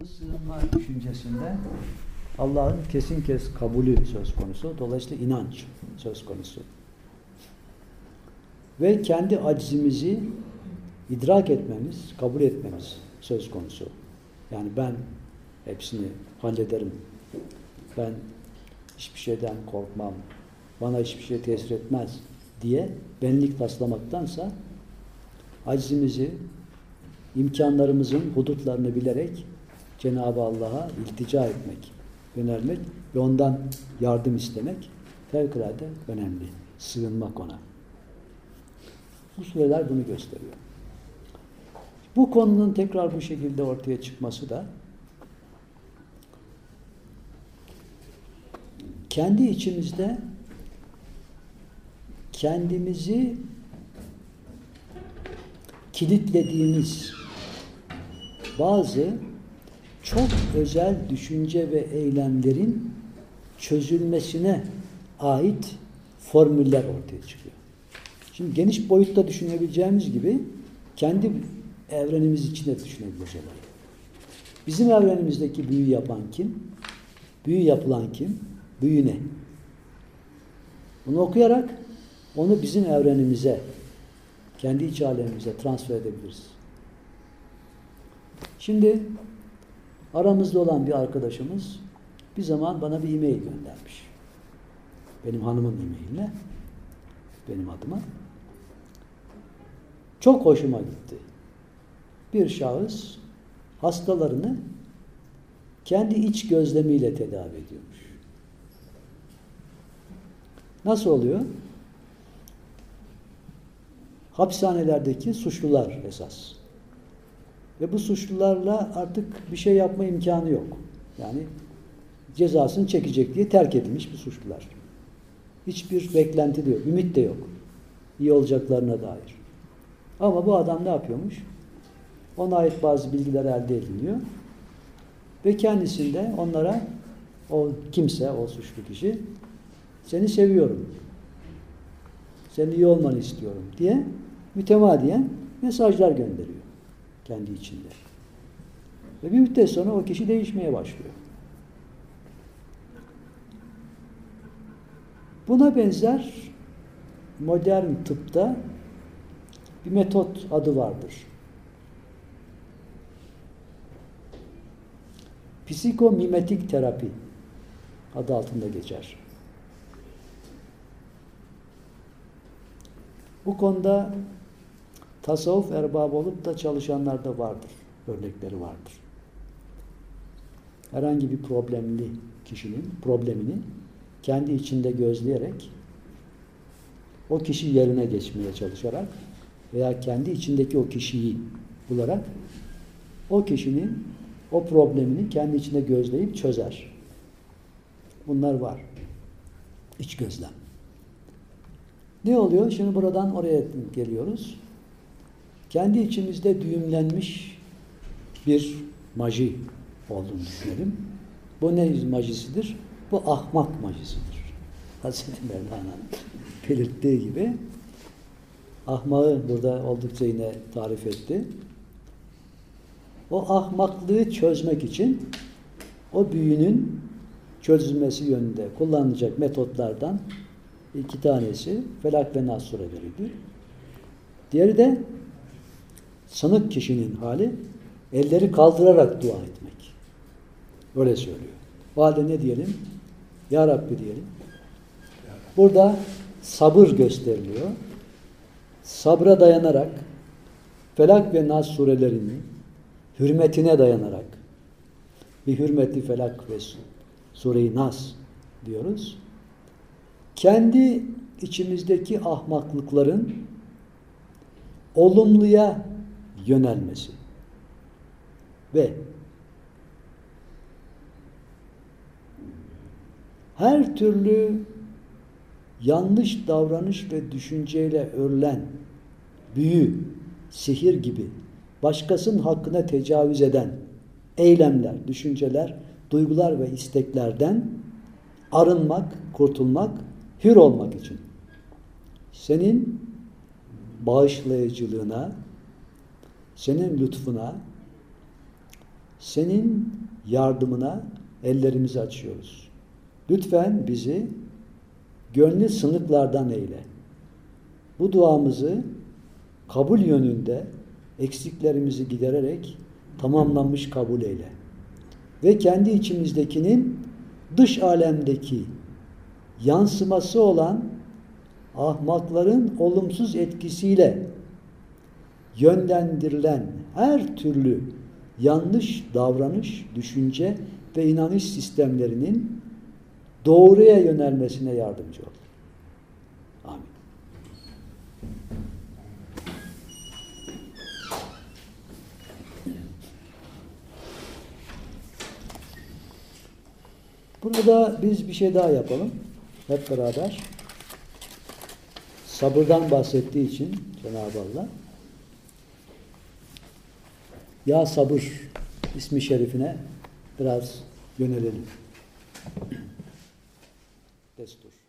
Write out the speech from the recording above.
sığınma düşüncesinde Allah'ın kesin kabulü söz konusu. Dolayısıyla inanç söz konusu. Ve kendi aczimizi idrak etmemiz, kabul etmemiz söz konusu. Yani ben hepsini hallederim. Ben hiçbir şeyden korkmam. Bana hiçbir şey tesir etmez diye benlik taslamaktansa aczimizi, imkanlarımızın hudutlarını bilerek Cenab-ı Allah'a iltica etmek, yönelmek ve ondan yardım istemek fevkalade önemli. Sığınmak ona. Bu sureler bunu gösteriyor. Bu konunun tekrar bu şekilde ortaya çıkması da kendi içimizde kendimizi kilitlediğimiz bazı çok özel düşünce ve eylemlerin çözülmesine ait formüller ortaya çıkıyor. Şimdi geniş boyutta düşünebileceğimiz gibi kendi evrenimiz içinde düşünebiliriz olayı. Bizim evrenimizdeki büyü yapan kim? Büyü yapılan kim? Büyü ne? Bunu okuyarak onu bizim evrenimize, kendi iç alemimize transfer edebiliriz. Şimdi aramızda olan bir arkadaşımız bir zaman bana bir e-mail göndermiş. Benim hanımın e-mailine, benim adıma. Çok hoşuma gitti. Bir şahıs hastalarını kendi iç gözlemiyle tedavi ediyormuş. Nasıl oluyor? Hapishanelerdeki suçlular esas. Ve bu suçlularla artık bir şey yapma imkanı yok. Yani cezasını çekecek diye terk edilmiş bir suçlular. Hiçbir beklenti de yok, ümit de yok. İyi olacaklarına dair. Ama bu adam ne yapıyormuş? Ona ait bazı bilgiler elde ediliyor. Ve kendisinde onlara, o kimse, o suçlu kişi, seni seviyorum, senin iyi olmanı istiyorum diye mütemadiyen mesajlar gönderiyor kendi içinde. Ve bir müddet sonra o kişi değişmeye başlıyor. Buna benzer modern tıpta bir metot adı vardır. Psikomimetik terapi adı altında geçer. Bu konuda tasavvuf erbabı olup da çalışanlar da vardır. Örnekleri vardır. Herhangi bir problemli kişinin problemini kendi içinde gözleyerek o kişi yerine geçmeye çalışarak veya kendi içindeki o kişiyi bularak o kişinin o problemini kendi içinde gözleyip çözer. Bunlar var. İç gözlem. Ne oluyor? Şimdi buradan oraya geliyoruz. Kendi içimizde düğümlenmiş bir maji olduğunu düşünelim. Bu ne majisidir? Bu ahmak majisidir. Hazreti Mevlana'nın belirttiği gibi ahmağı burada oldukça yine tarif etti. O ahmaklığı çözmek için o büyünün çözülmesi yönünde kullanılacak metotlardan iki tanesi Felak ve Nas sureleridir. Diğeri de sanık kişinin hali elleri kaldırarak dua etmek. Öyle söylüyor. O halde ne diyelim? Ya Rabbi diyelim. Burada sabır gösteriliyor. Sabra dayanarak Felak ve Nas surelerinin hürmetine dayanarak bir hürmeti Felak ve Sure-i Nas diyoruz. Kendi içimizdeki ahmaklıkların olumluya yönelmesi ve her türlü yanlış davranış ve düşünceyle örülen büyü, sihir gibi başkasının hakkına tecavüz eden eylemler, düşünceler, duygular ve isteklerden arınmak, kurtulmak, hür olmak için senin bağışlayıcılığına, senin lütfuna, senin yardımına ellerimizi açıyoruz. Lütfen bizi gönlü sınıklardan eyle. Bu duamızı kabul yönünde eksiklerimizi gidererek tamamlanmış kabul eyle. Ve kendi içimizdekinin dış alemdeki yansıması olan ahmakların olumsuz etkisiyle yönlendirilen her türlü yanlış davranış, düşünce ve inanış sistemlerinin doğruya yönelmesine yardımcı ol. Amin. Burada biz bir şey daha yapalım. Hep beraber. Sabırdan bahsettiği için Cenab-ı Allah. Ya sabır ismi şerifine biraz yönelelim. Destur.